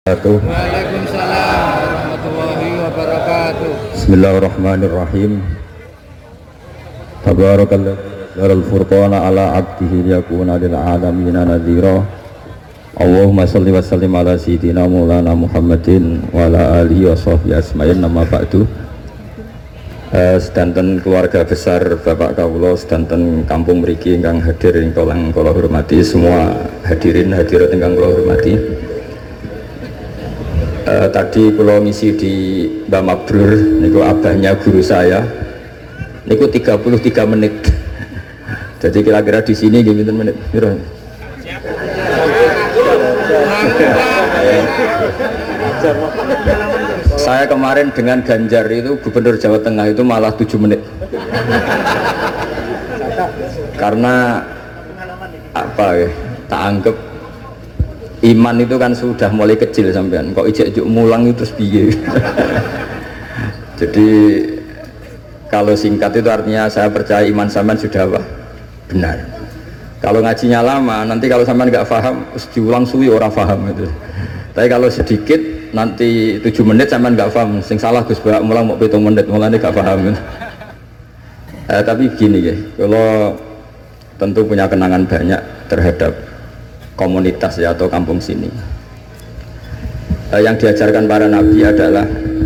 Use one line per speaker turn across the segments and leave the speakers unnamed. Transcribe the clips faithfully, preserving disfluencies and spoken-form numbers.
Waalaikumsalam warahmatullahi wabarakatuh.
Bismillahirrahmanirrahim. Tabarakalladzi dzalal furqana ala 'abdihi liyakuna lil 'alamina nadhira. Allahumma shalli wa sallim ala sayyidina Maulana Muhammadin wa ala alihi wa sahbihi asma'in. Nama ba'du. Uh, sedanten keluarga besar Bapak Kawula, sedanten kampung mriki ingkang hadir ingkang kula hormati, semua hadirin hadirat ingkang kula hormati. Uh, tadi kula ngisi di Mbah Mabrur niku abahnya guru saya. Niku tiga puluh tiga menit. Jadi kira-kira di sini nggih pinten menit? Piro? Saya kemarin dengan Ganjar itu Gubernur Jawa Tengah itu malah tujuh menit. Karena apa ya? Tak anggap iman itu kan sudah mulai kecil sampean. Kok ijek-ijek mulang itu terus piye? Jadi kalau singkat itu artinya saya percaya iman sampean sudah apa? Benar. Kalau ngajinya lama, nanti kalau sampean nggak paham, terus diulang suwi orang paham itu. Tapi kalau sedikit, nanti tujuh menit sampean nggak paham. Sing salah Gus Bak mulang mau pitung menit, mulanya nggak paham. Eh, tapi gini ya, kalau tentu punya kenangan banyak terhadap komunitas ya atau kampung sini. Eh, yang diajarkan para nabi adalah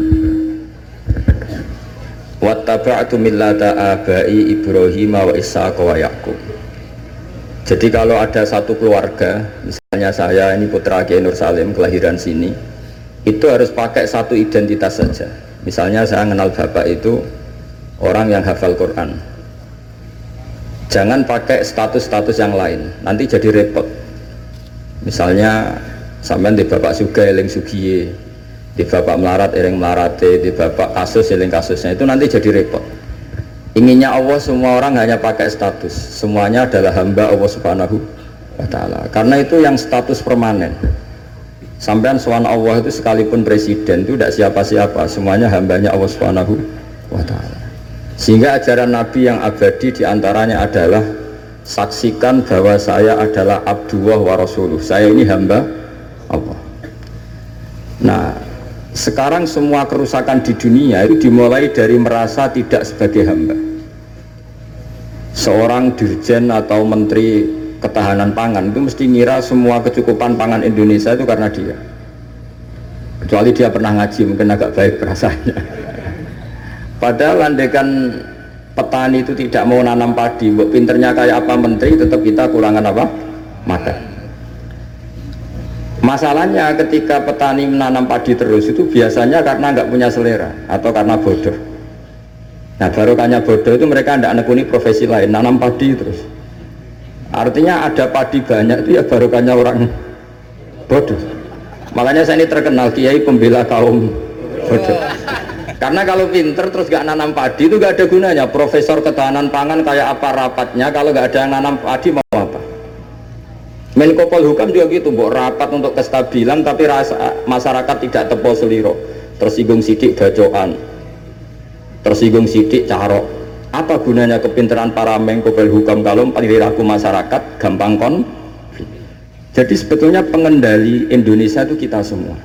wattaba'tu millata abai Ibrahim wa Ishaq wa Yaqub. Jadi kalau ada satu keluarga, misalnya saya ini putra Kiai Nur Salim kelahiran sini, itu harus pakai satu identitas saja. Misalnya saya kenal bapak itu orang yang hafal Quran. Jangan pakai status-status yang lain, nanti jadi repot. Misalnya sampean di bapak Sugih eling Sugiye, di bapak melarat eling melarate, di bapak kasus eling kasusnya, itu nanti jadi repot. Inginnya Allah semua orang hanya pakai status, semuanya adalah hamba Allah Subhanahu wa ta'ala. Karena itu yang status permanen. Sampean sowan Allah itu sekalipun presiden itu tidak siapa-siapa, semuanya hambanya Allah Subhanahu wa ta'ala. Sehingga ajaran Nabi yang abadi diantaranya adalah saksikan bahwa saya adalah abdullah wa rasuluh, saya ini hamba Allah. Nah, sekarang semua kerusakan di dunia itu dimulai dari merasa tidak sebagai hamba. Seorang dirjen atau menteri ketahanan pangan itu mesti ngira semua kecukupan pangan Indonesia itu karena dia. Kecuali dia pernah ngaji, mungkin agak baik perasaannya. Padahal andaikan petani itu tidak mau nanam padi, mbok pinternya kayak apa menteri, tetap kita kurangan apa? Makan. Masalahnya ketika petani menanam padi terus itu biasanya karena nggak punya selera atau karena bodoh. Nah barokahnya bodoh itu mereka tidak nekuni profesi lain, nanam padi terus. Artinya ada padi banyak itu ya barokahnya orang bodoh. Makanya saya ini terkenal kiai pembela kaum bodoh. Karena kalau pinter terus nggak nanam padi itu nggak ada gunanya. Profesor ketahanan pangan kayak apa rapatnya, kalau nggak ada yang nanam padi mau apa? Menko Polhukam juga gitu, mbok rapat untuk kestabilan tapi rasa masyarakat tidak tepo seliro, tersinggung sidik bacokan, tersinggung sidik carok. Apa gunanya kepintaran para Menko Polhukam kalau perilaku masyarakat gampang kon? Jadi sebetulnya pengendali Indonesia itu kita semua.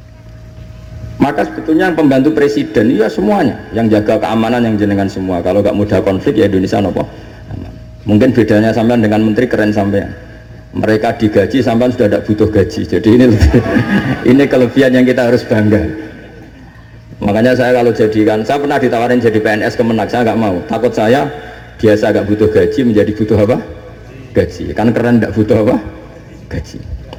Maka sebetulnya yang pembantu presiden ya semuanya, yang jaga keamanan yang jenengan semua. Kalau nggak mudah konflik ya Indonesia nopo. Mungkin bedanya sampean dengan menteri keren sampean. Mereka digaji sampai sudah tidak butuh gaji. Jadi ini ini kelebihan yang kita harus bangga. Makanya saya kalau jadikan, saya pernah ditawarin jadi P N S Kemenak, saya nggak mau. Takut saya biasa nggak butuh gaji menjadi butuh apa? Gaji. Kan keren nggak butuh apa? Gaji.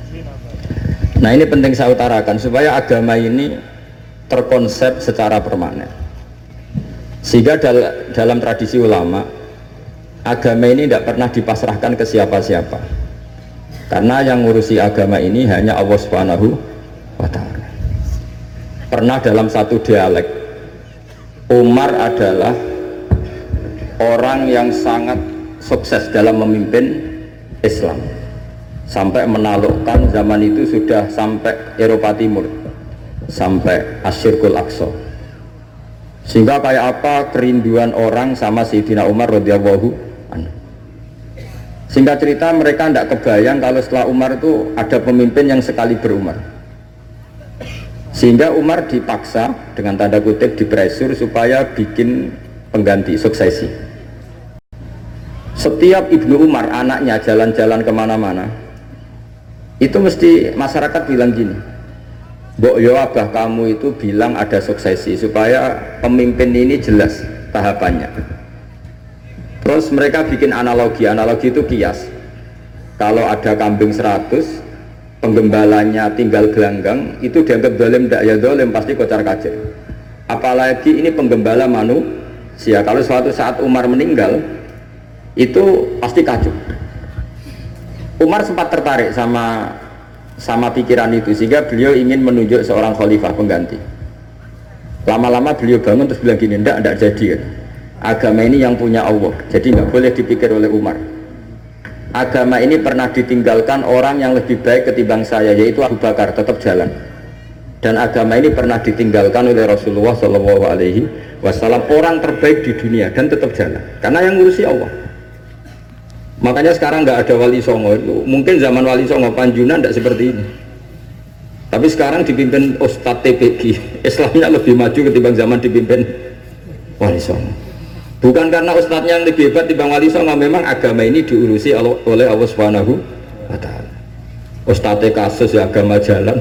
Nah ini penting saya utarakan supaya agama ini terkonsep secara permanen. Sehingga dal dalam tradisi ulama, agama ini tidak pernah dipasrahkan ke siapa-siapa. Karena yang ngurusi agama ini hanya Allah Subhanahu wa ta'ala. Pernah dalam satu dialek, Umar adalah orang yang sangat sukses dalam memimpin Islam, sampai menaklukkan zaman itu sudah sampai Eropa Timur, sampai Asyirkul Aqsa. Sehingga kayak apa kerinduan orang sama Sayyidina Umar radhiyallahu anhu. Singkat cerita mereka tidak kebayang kalau setelah Umar itu ada pemimpin yang sekali berumar. Sehingga Umar dipaksa dengan tanda kutip dipresur supaya bikin pengganti suksesi. Setiap Ibnu Umar anaknya jalan-jalan kemana-mana itu mesti masyarakat bilang gini, Mbok yo abah kamu itu bilang ada suksesi supaya pemimpin ini jelas tahapannya. Terus mereka bikin analogi, analogi itu kias. Kalau ada kambing seratus, penggembalanya tinggal gelanggang, itu dianggap dolim, tidak ya dolim, pasti kocar kacir. Apalagi ini penggembala manusia, kalau suatu saat Umar meninggal, itu pasti kacau. Umar sempat tertarik sama sama pikiran itu, sehingga beliau ingin menunjuk seorang khalifah pengganti. Lama-lama beliau bangun terus bilang gini, enggak, enggak jadi kan. Agama ini yang punya Allah, jadi nggak boleh dipikir oleh Umar. Agama ini pernah ditinggalkan orang yang lebih baik ketimbang saya, yaitu Abu Bakar, tetap jalan. Dan agama ini pernah ditinggalkan oleh Rasulullah Shallallahu Alaihi Wasallam, orang terbaik di dunia, dan tetap jalan. Karena yang ngurusi Allah. Makanya sekarang nggak ada wali songo itu. Mungkin zaman wali songo Panjunan tidak seperti ini. Tapi sekarang dipimpin Ustadz T P G, Islamnya lebih maju ketimbang zaman dipimpin wali songo. Bukan karena ustadznya yang lebih hebat dibanding wali songo, memang agama ini diurusi oleh Allah Subhanahu wa Ta'ala. Ustadznya kasus ya agama jalan.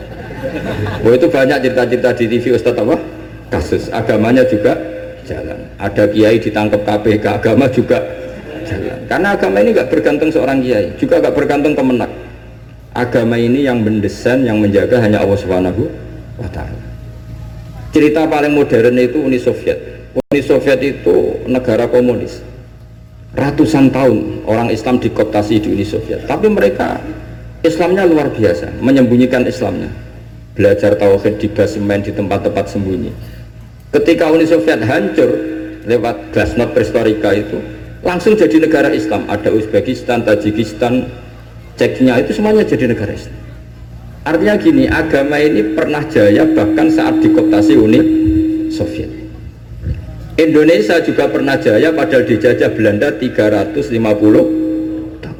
Oh itu banyak cerita-cerita di T V ustadz apa? Kasus, agamanya juga jalan. Ada kiai ditangkap K P K, agama juga jalan. Karena agama ini nggak bergantung seorang kiai, juga nggak bergantung kemenak. Agama ini yang mendesain, yang menjaga hanya Allah Subhanahu wa Ta'ala. Cerita paling modern itu Uni Soviet. Uni Soviet itu negara komunis. Ratusan tahun orang Islam dikooptasi di Uni Soviet. Tapi mereka Islamnya luar biasa, menyembunyikan Islamnya. Belajar tauhid di basemen, di tempat-tempat sembunyi. Ketika Uni Soviet hancur lewat glasnost perestroika itu, langsung jadi negara Islam. Ada Uzbekistan, Tajikistan, Ceknya, itu semuanya jadi negara Islam. Artinya gini, agama ini pernah jaya bahkan saat dikooptasi Uni Soviet. Indonesia juga pernah jaya padahal dijajah Belanda tiga ratus lima puluh tahun.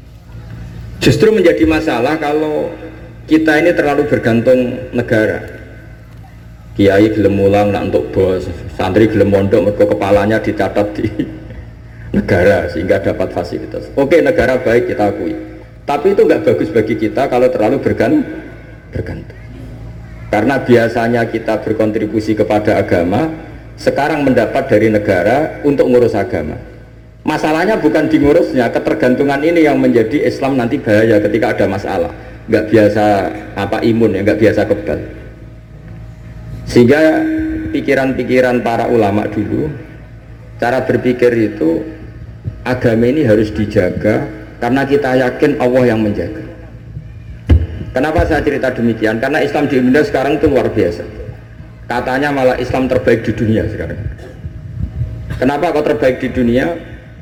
Justru menjadi masalah kalau kita ini terlalu bergantung negara. Kiai gelem mulang nak untuk bos, santri gelem mondok mergo kepalanya dicatat di negara sehingga dapat fasilitas. Oke, negara baik, kita akui. Tapi itu nggak bagus bagi kita kalau terlalu bergantung. bergantung. Karena biasanya kita berkontribusi kepada agama, sekarang mendapat dari negara untuk ngurus agama. Masalahnya bukan di ngurusnya, ketergantungan ini yang menjadi Islam nanti bahaya ketika ada masalah. Nggak biasa apa imun ya, nggak biasa kebal. Sehingga pikiran-pikiran para ulama dulu, cara berpikir itu agama ini harus dijaga karena kita yakin Allah yang menjaga. Kenapa saya cerita demikian? Karena Islam di Indonesia sekarang itu luar biasa. Katanya malah Islam terbaik di dunia sekarang. Kenapa kok terbaik di dunia?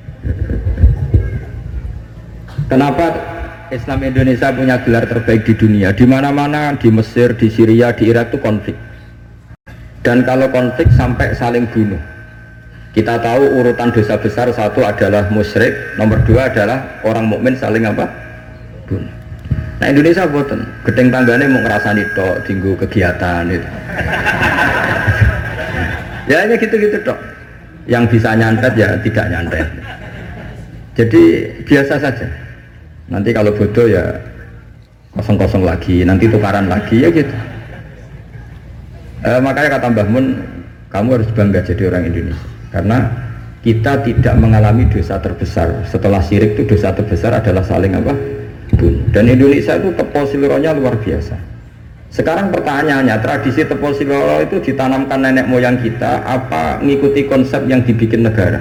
Kenapa Islam Indonesia punya gelar terbaik di dunia? Di mana-mana, di Mesir, di Syria, di Irak itu konflik. Dan kalau konflik sampai saling bunuh. Kita tahu urutan dosa besar, satu adalah musyrik, nomor dua adalah orang mukmin saling apa? Bunuh. Nah Indonesia boten, gedeng tanggane mau ngerasani tok, tinggu kegiatan itu. Ya hanya gitu-gitu tok. Yang bisa nyantet ya tidak nyantet. Jadi biasa saja. Nanti kalau bodoh ya kosong-kosong lagi, nanti tukaran lagi ya gitu. E, makanya kata Mbah Mun, kamu harus bangga jadi orang Indonesia. Karena kita tidak mengalami dosa terbesar. Setelah syirik itu dosa terbesar adalah saling apa? Bunuh. Dan Indonesia itu tepol silonya luar biasa. Sekarang pertanyaannya, tradisi tepol siloro itu ditanamkan nenek moyang kita apa mengikuti konsep yang dibikin negara?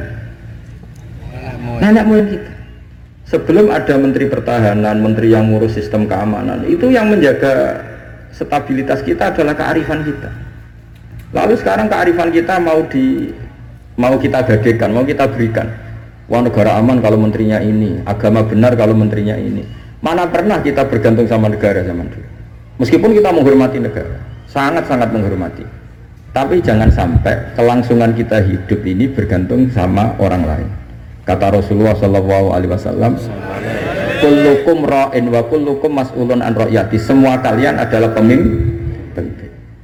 Nenek moyang kita. Sebelum ada menteri pertahanan, menteri yang ngurus sistem keamanan, itu yang menjaga stabilitas kita adalah kearifan kita. Lalu sekarang kearifan kita mau di mau kita gadekan, mau kita berikan. Wah negara aman kalau menterinya ini, agama benar kalau menterinya ini. Mana pernah kita bergantung sama negara zaman dulu. Meskipun kita menghormati negara, sangat-sangat menghormati. Tapi jangan sampai kelangsungan kita hidup ini bergantung sama orang lain. Kata Rasulullah Shallallahu Alaihi Wasallam, kullukum ra'in wa kullukum mas'ulun an ra'yati. Semua kalian adalah pemimpin.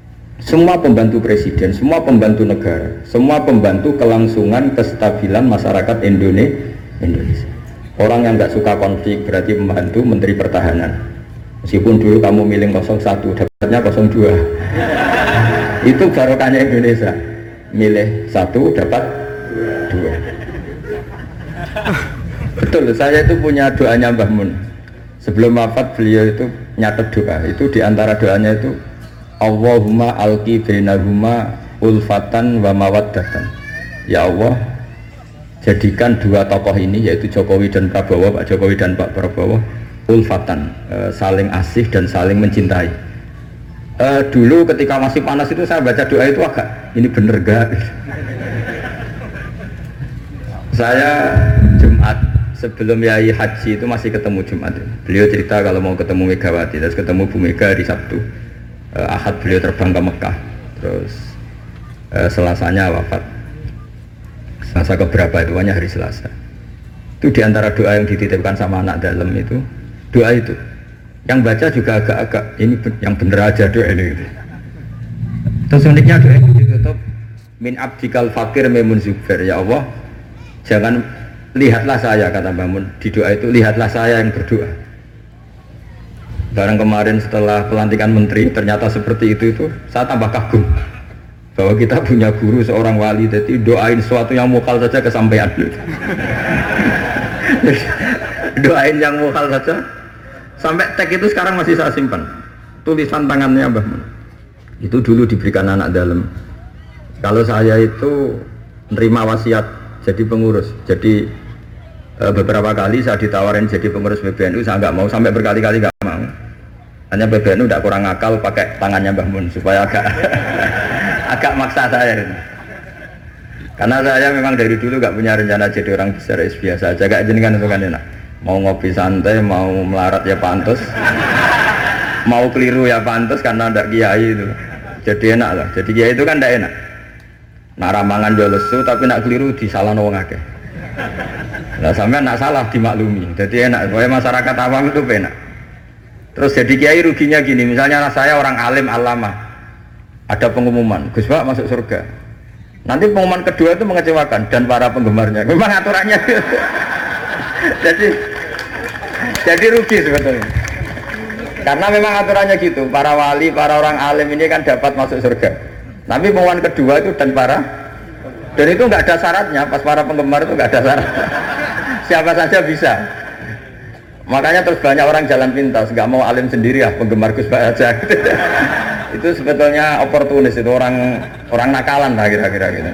semua pembantu presiden, semua pembantu negara, semua pembantu kelangsungan kestabilan masyarakat Indonesia. Orang yang nggak suka konflik berarti membantu Menteri Pertahanan. Meskipun dulu kamu milih nol satu, dapatnya nol dua. Itu barokahnya Indonesia. Milih satu dapat dua. Betul, saya itu punya doanya Mbah Mun. Sebelum wafat beliau itu nyatet doa. Itu diantara doanya itu Allahumma alqi bainahuma ulfatan wa mawaddatan. Ya Allah, jadikan dua tokoh ini yaitu Jokowi dan Prabowo, Pak Jokowi dan Pak Prabowo ulfatan, e, saling asih dan saling mencintai. E, dulu ketika masih panas itu saya baca doa itu agak ini bener gak? Saya Jumat sebelum Yai Haji itu masih ketemu Jumat. Beliau cerita kalau mau ketemu Megawati, terus ketemu Bu Mega di Sabtu. Uh, Ahad beliau terbang ke Mekah, terus uh, Selasanya wafat. Selasa keberapa itu hanya hari Selasa. Itu diantara doa yang dititipkan sama anak dalam itu, doa itu. Yang baca juga agak-agak ini yang bener aja doa ini. Gitu. Terus uniknya doa itu ditutup min abdikal fakir memun zubair. Ya Allah, jangan lihatlah saya, kata Mbah Mun di doa itu, lihatlah saya yang berdoa. Barang kemarin setelah pelantikan menteri ternyata seperti itu itu saya tambah kagum bahwa kita punya guru seorang wali, jadi doain sesuatu yang mukal saja kesampaian. Doain yang mukal saja sampai tag itu sekarang masih saya simpan, tulisan tangannya Mbah Mun. Itu dulu diberikan anak dalam. Kalau saya itu nerima wasiat jadi pengurus, jadi e, beberapa kali saya ditawarin jadi pengurus P B N U, saya nggak mau, sampai berkali-kali nggak mau. Hanya P B N U tidak kurang akal pakai tangannya Mbah Mun supaya agak agak maksa saya. Karena saya memang dari dulu nggak punya rencana jadi orang besar, biasa aja, gak jenengan itu kan enak. Mau ngopi santai, mau melarat ya pantas, mau keliru ya pantas karena ada kiai itu. Jadi enak lah. Jadi kiai itu kan tidak enak. Nak ramangan jual lesu tapi nak keliru disalah wong akeh. Nah sampai nak salah dimaklumi. Jadi enak. Supaya masyarakat awam itu enak. Terus jadi kiai ruginya gini, misalnya saya orang alim alama, ada pengumuman Gus Pak masuk surga, nanti pengumuman kedua itu mengecewakan dan para penggemarnya, memang aturannya. jadi jadi rugi sebetulnya, karena memang aturannya gitu, para wali, para orang alim ini kan dapat masuk surga, tapi pengumuman kedua itu dan para, dan itu nggak ada syaratnya, pas para penggemar itu nggak ada syarat, siapa saja bisa. Makanya terus banyak orang jalan pintas, nggak mau alim sendiri ya, penggemar Gus Pak aja. Itu sebetulnya oportunis, itu orang orang nakalan lah kira-kira gitu.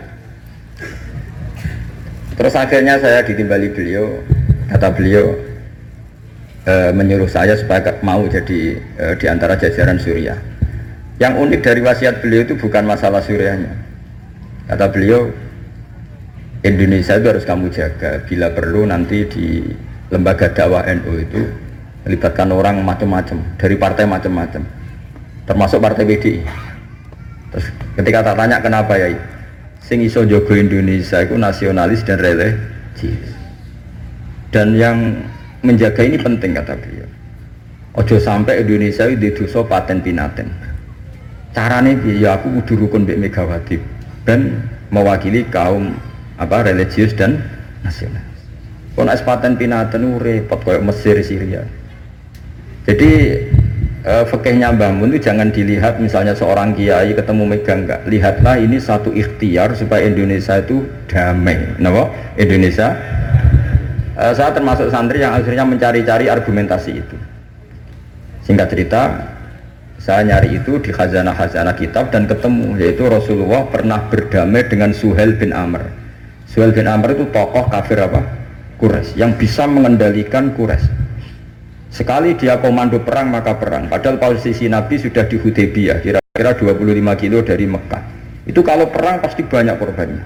Terus akhirnya saya ditimbali beliau, kata beliau e, menyuruh saya supaya mau jadi e, di antara jajaran Suriah. Yang unik dari wasiat beliau itu bukan masalah Suriahnya. Kata beliau, Indonesia itu harus kamu jaga, bila perlu nanti di lembaga dakwah N U itu melibatkan orang macam-macam dari partai macam-macam, termasuk partai P D I. Terus ketika tak tanya kenapa ya, sing iso jogo Indonesia itu nasionalis dan religius, dan yang menjaga ini penting, kata beliau. Ojo sampai Indonesia itu dosa paten pinaten. Carane ya aku kudu rukun mbek Megawati dan mewakili kaum apa religius dan nasional. Kalau nak sepaten pinaten itu repot kayak Mesir, Syria. Jadi eh, fikihnya Mbah Mun itu jangan dilihat misalnya seorang kiai ketemu megang, enggak. Lihatlah ini satu ikhtiar supaya Indonesia itu damai. Kenapa? Indonesia. Eh, saya termasuk santri yang akhirnya mencari-cari argumentasi itu. Singkat cerita, saya nyari itu di khazanah-khazanah kitab dan ketemu, yaitu Rasulullah pernah berdamai dengan Suhail bin Amr. Suhail bin Amr itu tokoh kafir apa? Quraisy, yang bisa mengendalikan Quraisy. Sekali dia komando perang maka perang, padahal posisi Nabi sudah di Hudaybiyah, kira-kira dua puluh lima kilo dari Mekah. Itu kalau perang pasti banyak korbannya.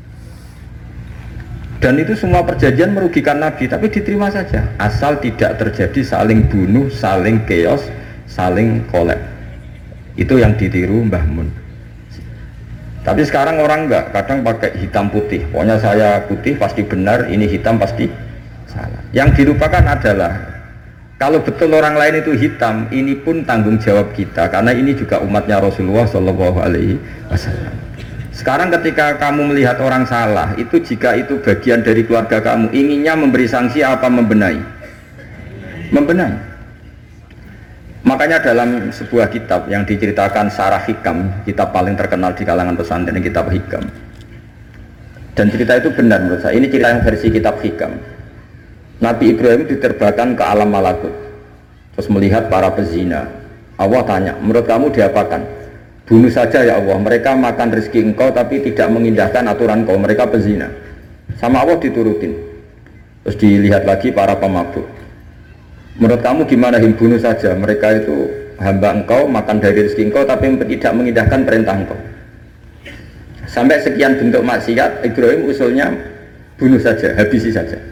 Dan itu semua perjanjian merugikan Nabi, tapi diterima saja asal tidak terjadi saling bunuh, saling chaos, saling kolab. Itu yang ditiru Mbah Mun. Tapi sekarang orang enggak, kadang pakai hitam putih. Pokoknya saya putih pasti benar, ini hitam pasti salah. Yang dilupakan adalah Kalau betul orang lain itu hitam, ini pun tanggung jawab kita karena ini juga umatnya Rasulullah Shallallahu Alaihi Wasallam. Sekarang ketika kamu melihat orang salah, itu jika itu bagian dari keluarga kamu, inginnya memberi sanksi apa membenahi? Membenahi. Makanya dalam sebuah kitab yang diceritakan Sarah Hikam, kitab paling terkenal di kalangan pesantren, kitab Hikam. Dan cerita itu benar menurut saya. Ini cerita yang versi kitab Hikam. Nabi Ibrahim diterbangkan ke alam malakut, terus melihat para pezina. Allah tanya, menurut kamu diapakan? Bunuh saja ya Allah, mereka makan rezeki engkau tapi tidak mengindahkan aturan kau, mereka pezina. Sama Allah diturutin. Terus dilihat lagi para pemabuk. Menurut kamu gimana, him bunuh saja, mereka itu hamba engkau, makan dari rezeki engkau tapi tidak mengindahkan perintah engkau. Sampai sekian bentuk maksiat, Ibrahim usulnya bunuh saja, habisi saja.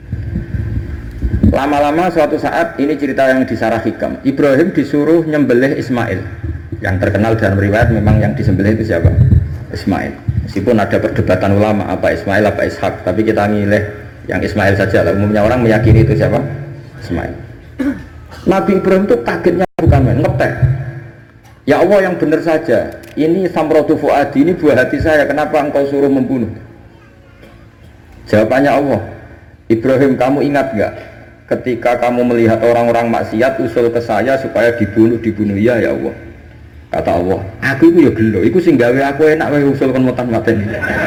Lama-lama suatu saat, ini cerita yang di Sarah Hikam, Ibrahim disuruh nyembelih Ismail. Yang terkenal dalam riwayat memang yang disembelih itu siapa? Ismail. Meskipun ada perdebatan ulama apa Ismail apa Ishak, tapi kita milih yang Ismail saja lah. Umumnya orang meyakini itu siapa? Ismail. Nabi Ibrahim itu kagetnya bukan main, ngetek. Ya Allah, yang benar saja, ini samratu fuadi, ini buah hati saya, kenapa engkau suruh membunuh? Jawabannya Allah, Ibrahim, kamu ingat gak ketika kamu melihat orang-orang maksiat usul ke saya supaya dibunuh, dibunuh ya ya Allah. Kata Allah, aku itu ya gelo, itu sing gawe aku enak wae usul kon mutan mateni.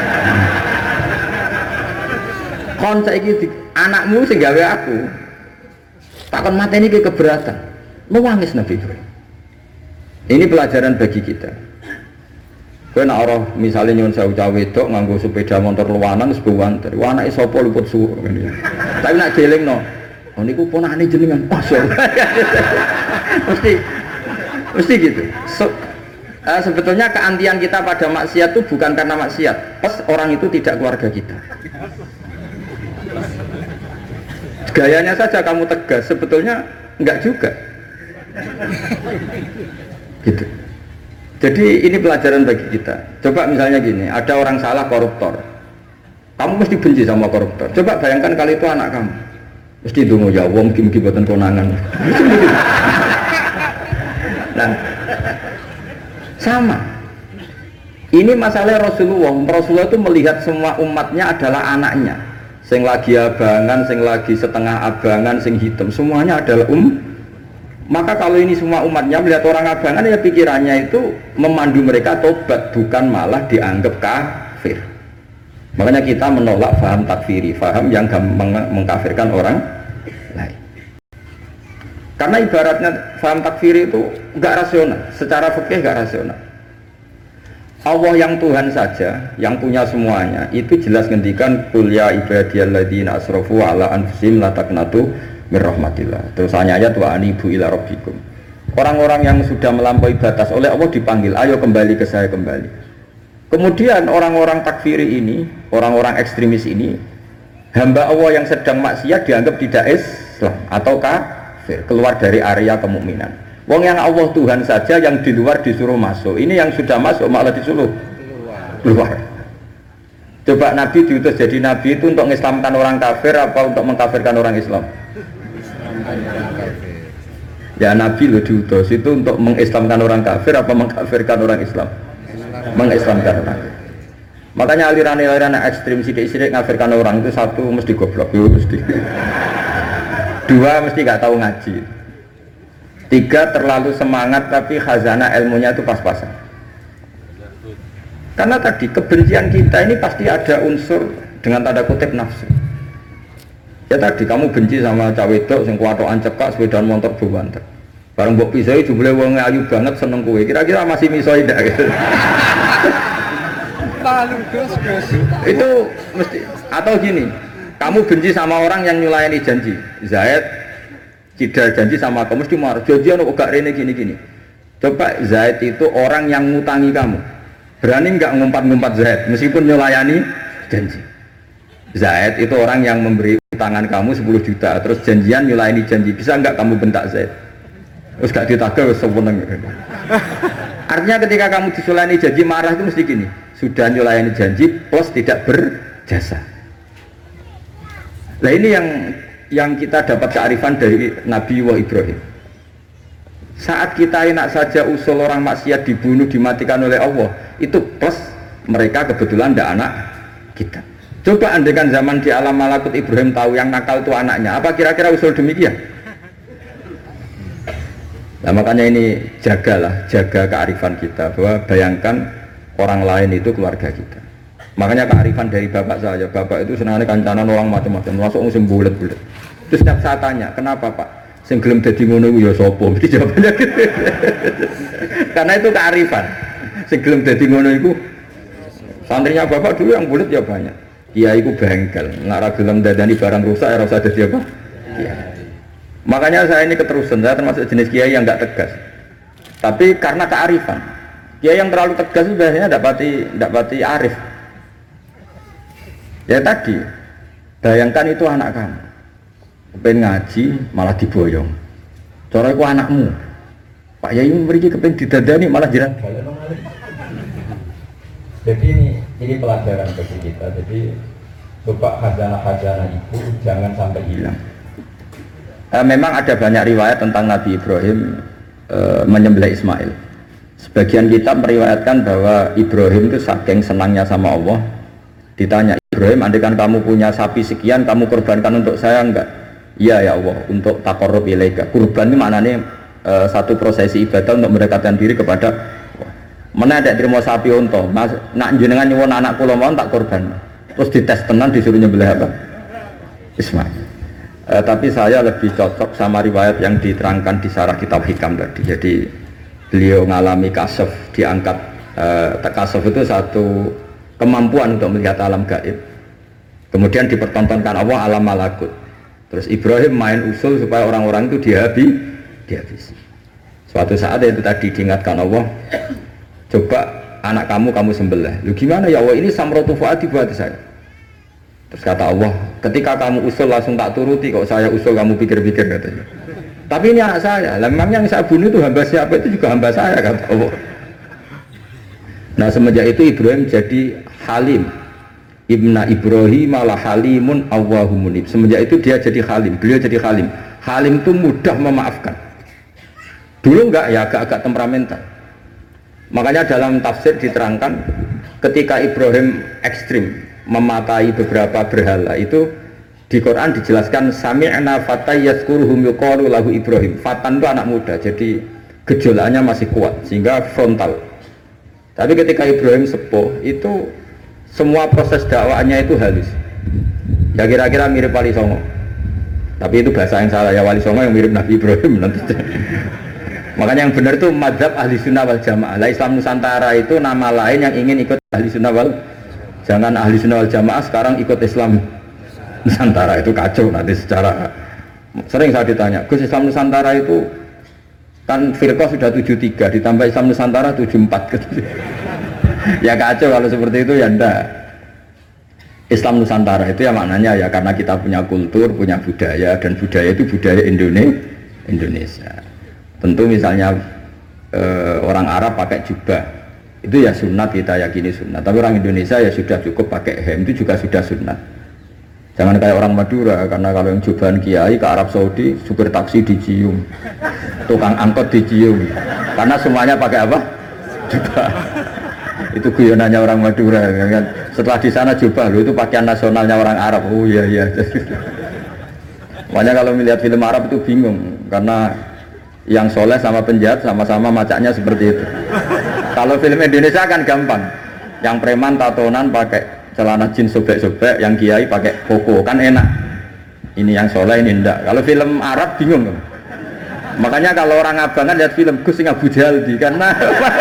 Kon saiki anakmu sing gawe aku. Takon mateni ki keberatan. Mewangis Nabi Ibrahim. Ini pelajaran bagi kita. Kowe nek ora misale nyuwun sewu cah wedok nganggo sepeda motor luwanan wis buwanter. Anake sapa luput suruh ngene. Tapi nek dielingno, oh niku ponakane jenengan. Masyaallah. Mesti mesti gitu. So, uh, sebetulnya keantian kita pada maksiat itu bukan karena maksiat. Pas orang itu tidak keluarga kita. Gayanya saja kamu tegas, sebetulnya enggak juga. Gitu. Jadi ini pelajaran bagi kita. Coba misalnya gini, ada orang salah koruptor. Kamu mesti benci sama koruptor. Coba bayangkan kali itu anak kamu. Mesti dungu ya Allah, mungkin-mungkin buatan konangan. Nah, sama. Ini masalah Rasulullah. Rasulullah itu melihat semua umatnya adalah anaknya. Sing lagi abangan, sing lagi setengah abangan, sing hitam, semuanya adalah um. Maka kalau ini semua umatnya melihat orang abangan, ya pikirannya itu memandu mereka tobat, bukan malah dianggap kafir. Makanya kita menolak faham takfiri, faham yang gampang mengkafirkan orang lain. Karena ibaratnya faham takfiri itu enggak rasional, secara fikih enggak rasional. Allah yang Tuhan saja, yang punya semuanya, itu jelas ngendikan qul ya ibadiyalladzina asrafu ala anfusihim la taqnatu mir rahmatillah. Terus ayat wa anibu ila rabbikum. Orang-orang yang sudah melampaui batas oleh Allah dipanggil, ayo kembali ke saya kembali. Kemudian orang-orang takfiri ini, orang-orang ekstremis ini, hamba Allah yang sedang maksiat dianggap tidak Islam atau kafir, keluar dari area kemukminan. Wong yang Allah Tuhan saja yang di luar disuruh masuk. Ini yang sudah masuk malah disuruh keluar. Coba Nabi diutus jadi Nabi itu untuk mengislamkan orang kafir apa untuk mengkafirkan orang Islam? Ya Nabi lo diutus itu untuk mengislamkan orang kafir apa mengkafirkan orang Islam? Mengislamkan orang. Makanya aliran-aliran ekstrim sidik-sidik ngafirkan orang itu satu mesti goblok, mesti. Dua mesti nggak tahu ngaji. Tiga terlalu semangat tapi khazanah ilmunya itu pas-pasan. Karena tadi kebencian kita ini pasti ada unsur dengan tanda kutip nafsu. Ya tadi kamu benci sama cawe wedok sing kuwatokan cekak sepedaan motor buwanter. Bareng mbok pisoi jebule wong ayu banget seneng kowe. Kira-kira masih misoi ndak gitu. Itu mesti atau gini, kamu benci sama orang yang nyulayani janji. Zaid tidak janji sama kamu mesti marah. Janjian kok gak rene gini-gini. Coba Zaid itu orang yang ngutangi kamu. Berani nggak ngumpat-ngumpat Zaid meskipun nyulayani janji. Zaid itu orang yang memberi utangan kamu sepuluh juta terus janjian nyulayani janji. Bisa nggak kamu bentak Zaid? Terus gak ditagih seweneng. Artinya ketika kamu disulayani janji marah itu mesti gini. Sudah nyulayani janji plus tidak berjasa. Nah ini yang yang kita dapat kearifan dari Nabi wa Ibrahim. Saat kita enak saja usul orang maksiat dibunuh, dimatikan oleh Allah, itu plus mereka kebetulan tidak anak kita. Coba andaikan zaman di alam malakut Ibrahim tahu yang nakal itu anaknya, apa kira-kira usul demikian? Nah makanya ini jagalah, jaga kearifan kita, bahwa bayangkan orang lain itu keluarga kita. Makanya kearifan dari bapak saya, bapak itu senangnya kancanan orang macam-macam, masuk musim bulat-bulat. Terus setiap saat tanya, kenapa pak? Sing gelem dadi ngono iku ya sapa? Mesti jawabannya gitu. Karena itu kearifan. Sing gelem dadi ngono iku santrinya bapak dulu yang bulat ya banyak. Kiai ku bengkel, nggak ra gelem dadani barang rusak ya ora usah dadi apa? Iya. Makanya saya ini keterusan, saya termasuk jenis kiai yang nggak tegas. Tapi karena kearifan, kiai yang terlalu tegas itu biasanya tidak pati, tidak pati arif. Ya tadi, bayangkan itu anak kamu, kepen ngaji malah diboyong. Cara itu anakmu, Pak Yai memberi kepen didadani malah jiran. Jadi ini ini pelajaran bagi kita. Jadi coba khazanah-khazanah itu jangan sampai hilang. E, memang ada banyak riwayat tentang Nabi Ibrahim e, menyembelih Ismail. Sebagian kitab meriwayatkan bahwa Ibrahim itu saking senangnya sama Allah, ditanya Ibrahim, andaikan kamu punya sapi sekian, kamu korbankan untuk saya enggak? Iya ya Allah, untuk taqarrub ilaika. Kurban itu maknanya e, satu prosesi ibadah untuk mendekatkan diri kepada mana ada terima sapi unta, mas nak jenengan nyuwun anak kula mau tak korban. Terus dites tenan disuruh nyembelih apa? Ismail. E, tapi saya lebih cocok sama riwayat yang diterangkan di sarah kitab Hikam tadi. Jadi beliau ngalami kasaf, diangkat e, kasaf itu satu kemampuan untuk melihat alam gaib. Kemudian dipertontonkan Allah alam malakut. Terus Ibrahim main usul supaya orang-orang itu dihabis, dihabisi. Suatu saat itu tadi diingatkan Allah, coba anak kamu kamu sembelih. Lu gimana ya Allah, ini samratu fuadi buat saya. Terus kata Allah, ketika kamu usul langsung tak turuti, kok saya usul kamu pikir-pikir katanya. Tapi ini anak saya, lah memang yang saya bunuh itu hamba siapa? Itu juga hamba saya kata Allah. Nah semenjak itu Ibrahim jadi halim. Ibna Ibrahim malah halimun awwahumunib. Semenjak itu dia jadi halim, beliau jadi halim. Halim itu mudah memaafkan. Dulu enggak ya, agak-agak temperamental. Makanya dalam tafsir diterangkan ketika Ibrahim ekstrim mematai beberapa berhala itu di Quran dijelaskan sami'na fatay yazkuruhum yuqalu lahu Ibrahim. Fatan itu anak muda, jadi gejolaknya masih kuat sehingga frontal. Tapi ketika Ibrahim sepuh itu semua proses dakwaannya itu halus. Ya kira-kira mirip Wali Songo. Tapi itu bahasa yang salah ya, Wali Songo yang mirip Nabi Ibrahim nanti. Makanya yang benar itu madzhab ahli sunnah wal jamaah. Lah Islam Nusantara itu nama lain yang ingin ikut ahli sunnah wal, jangan ahli sunnah wal jamaah sekarang ikut Islam Nusantara, itu kacau nanti secara. Sering saya ditanya, Gus Islam Nusantara itu kan firqah sudah tujuh puluh tiga ditambah Islam Nusantara tujuh puluh empat. Ya kacau kalau seperti itu ya ndak. Islam Nusantara itu ya maknanya ya karena kita punya kultur, punya budaya, dan budaya itu budaya Indonesia. Indonesia. Tentu misalnya e, orang Arab pakai jubah, itu ya sunat, kita yakini sunat. Tapi orang Indonesia ya sudah cukup pakai hem, itu juga sudah sunat. Jangan kayak orang Madura, karena kalau yang jubahan kiai ke Arab Saudi, supir taksi dicium, tukang angkot dicium, karena semuanya pakai apa? Jubah. Itu guyonannya orang Madura. Kan? Setelah di sana jubah, loh, itu pakaian nasionalnya orang Arab. Oh iya iya. Makanya kalau melihat film Arab itu bingung, karena yang soleh sama penjahat sama-sama macaknya seperti itu. Kalau film Indonesia kan gampang, yang preman tatonan pakai celana jeans sobek-sobek, yang kiai pakai koko, kan enak. Ini yang soleh, ini enggak. Kalau film Arab bingung. Makanya kalau orang abangan lihat film Gus sing Abu Jaldi, karena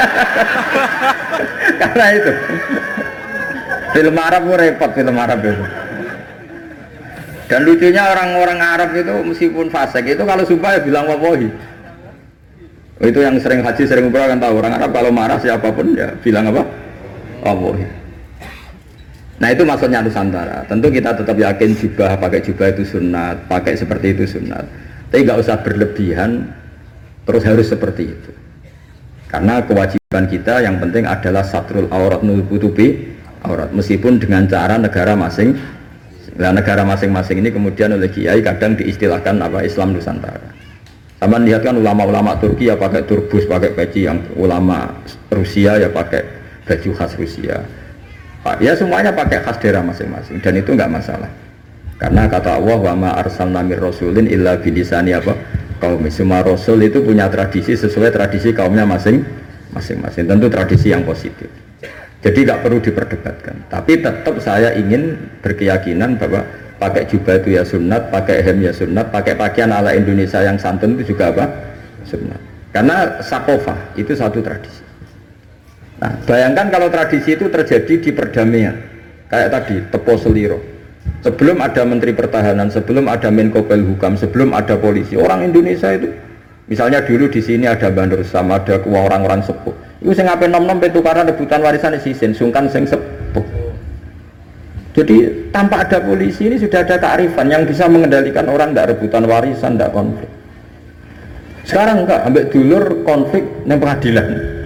karena itu film Arab itu repot, film Arab itu. Dan lucunya orang-orang Arab itu meskipun fasik itu kalau sumpah ya bilang wallahi. Itu yang sering haji, sering umrah kan tahu, orang Arab kalau marah siapapun ya bilang apa? Wallahi. Nah itu maksudnya Nusantara. Tentu kita tetap yakin jubah, pakai jubah itu sunat, pakai seperti itu sunat. Tapi nggak usah berlebihan, terus harus seperti itu. Karena kewajiban kita yang penting adalah satrul aurat, nutupi aurat, meskipun dengan cara negara masing. Nah, negara masing-masing ini kemudian oleh kiai kadang diistilahkan apa Islam Nusantara. Sama lihat kan ulama-ulama Turki ya pakai turbus, pakai peci, yang ulama Rusia ya pakai baju khas Rusia. Pak, ya semuanya pakai khas daerah masing-masing dan itu enggak masalah. Karena kata Allah wa ma arsalna mir rasulin illa bilisani apa? Kaum semua rasul itu punya tradisi sesuai tradisi kaumnya masing masing-masing. Tentu tradisi yang positif. Jadi tidak perlu diperdebatkan. Tapi tetap saya ingin berkeyakinan bahwa pakai jubah itu ya sunat, pakai hem ya sunat, pakai pakaian ala Indonesia yang santun itu juga apa? Sunat. Karena sakofah itu satu tradisi. Nah, bayangkan kalau tradisi itu terjadi di perdamaian. Kayak tadi, Tepo Seliro. Sebelum ada Menteri Pertahanan, sebelum ada Menko Polhukam, sebelum ada polisi, orang Indonesia itu, misalnya dulu di sini ada Bandar Sam, ada orang-orang sepuh. Itu sing ape nom-nom tukaran rebutan warisan sisin, sungkan sing sepuh. Jadi tanpa ada polisi ini sudah ada kearifan yang bisa mengendalikan orang tidak rebutan warisan, tidak konflik. Sekarang enggak, ambek dulur konflik nang pengadilan.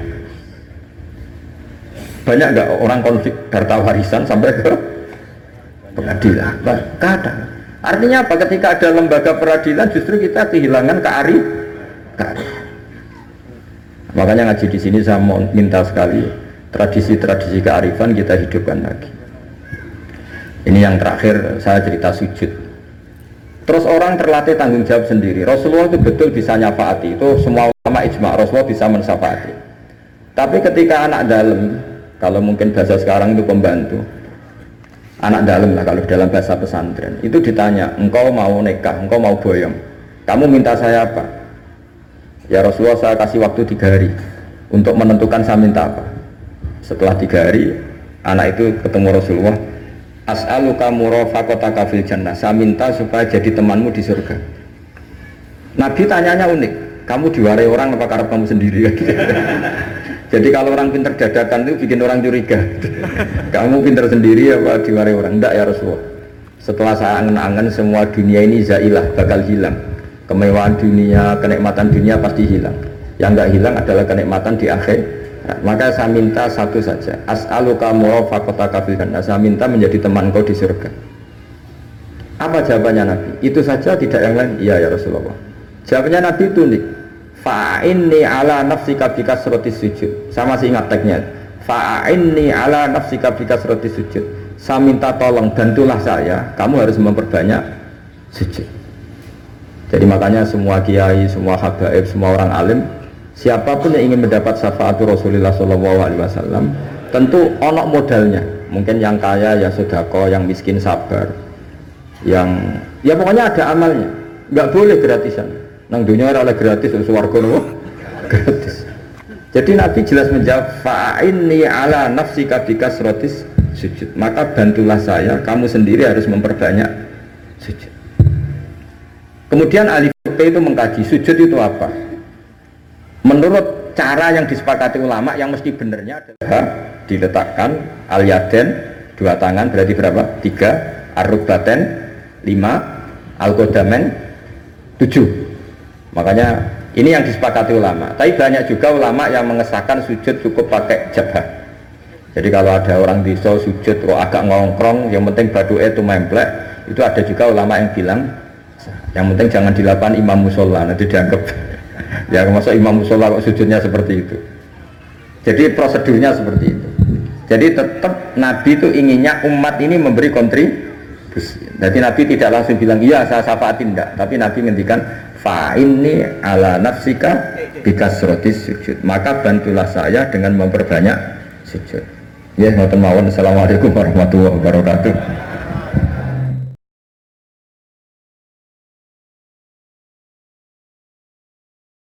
Banyak enggak orang konflik harta warisan sampai ke pengadilan? Kadang. Artinya apa? Ketika ada lembaga peradilan justru kita kehilangan kearif, kearif. Makanya ngaji di sini saya mau minta sekali tradisi-tradisi kearifan kita hidupkan lagi. Ini yang terakhir saya cerita sujud. Terus orang terlatih tanggung jawab sendiri. Rasulullah itu betul bisa nyafaati. Itu semua ulama ijma Rasulullah bisa mensafaati. Tapi ketika anak dalam, kalau mungkin bahasa sekarang itu pembantu, anak dalam lah kalau dalam bahasa pesantren, itu ditanya, engkau mau nikah, engkau mau boyong, kamu minta saya apa? Ya Rasulullah saya kasih waktu tiga hari untuk menentukan saya minta apa. Setelah tiga hari anak itu ketemu Rasulullah, as'aluka murafaqataka fil jannah, saya minta supaya jadi temanmu di surga. Nabi tanyanya unik, kamu diwarai orang apa karena kamu sendiri? Jadi kalau orang pintar dadakan itu bikin orang curiga. Kamu pintar sendiri apa diwarai orang? Enggak ya Rasulullah, setelah saya angen-angen semua dunia ini zailah, bakal hilang. Kemewahan dunia, kenikmatan dunia pasti hilang. Yang enggak hilang adalah kenikmatan di akhir. Nah, maka saya minta satu saja, as'aluka murafaqataka fil jannah, saya minta menjadi teman kau di surga. Apa jawabannya Nabi? Itu saja, tidak yang lain? Iya ya Rasulullah. Jawabannya Nabi itu unik. Fa'inni ala nafsika bikasratis sujud. Saya masih ingat teksnya. Fa'inni ala nafsika bikasratis sujud. Saya minta tolong, bantulah saya, kamu harus memperbanyak sujud. Jadi makanya semua kiai, semua habaib, semua orang alim, siapapun yang ingin mendapat syafaat Rasulullah shallallahu alaihi wasallam, tentu onok modalnya. Mungkin yang kaya ya sedekah, yang miskin sabar, yang ya pokoknya ada amalnya. Nggak boleh gratisan. Nang dunia ora gratis, swarga nopo gratis. Jadi Nabi jelas menjawab, fa'inni ala nafsika bikasratis sujud. Maka bantulah saya, kamu sendiri harus memperbanyak sujud. Kemudian ahli fikih itu mengkaji sujud itu apa. Menurut cara yang disepakati ulama yang mesti benernya adalah diletakkan al-yaden dua tangan berarti berapa? Tiga, ar-rukbaten lima, al-qodamen tujuh. Makanya ini yang disepakati ulama. Tapi banyak juga ulama yang mengesahkan sujud cukup pakai jabah. Jadi kalau ada orang desa sujud kok agak ngongkrong, yang penting badu'e itu memplek, itu ada juga ulama yang bilang yang penting jangan dilakukan imam musola, nanti dianggap ya masuk imam musola kok sujudnya seperti itu. Jadi prosedurnya seperti itu. Jadi tetap Nabi itu inginnya umat ini memberi kontribusi. Jadi Nabi tidak langsung bilang iya saya syafaatin, enggak, tapi Nabi ngendikan fa inni ala nafsika bikasrotis sujud, maka bantulah saya dengan memperbanyak sujud. Ya, ngoten mawon. Assalamualaikum warahmatullahi wabarakatuh.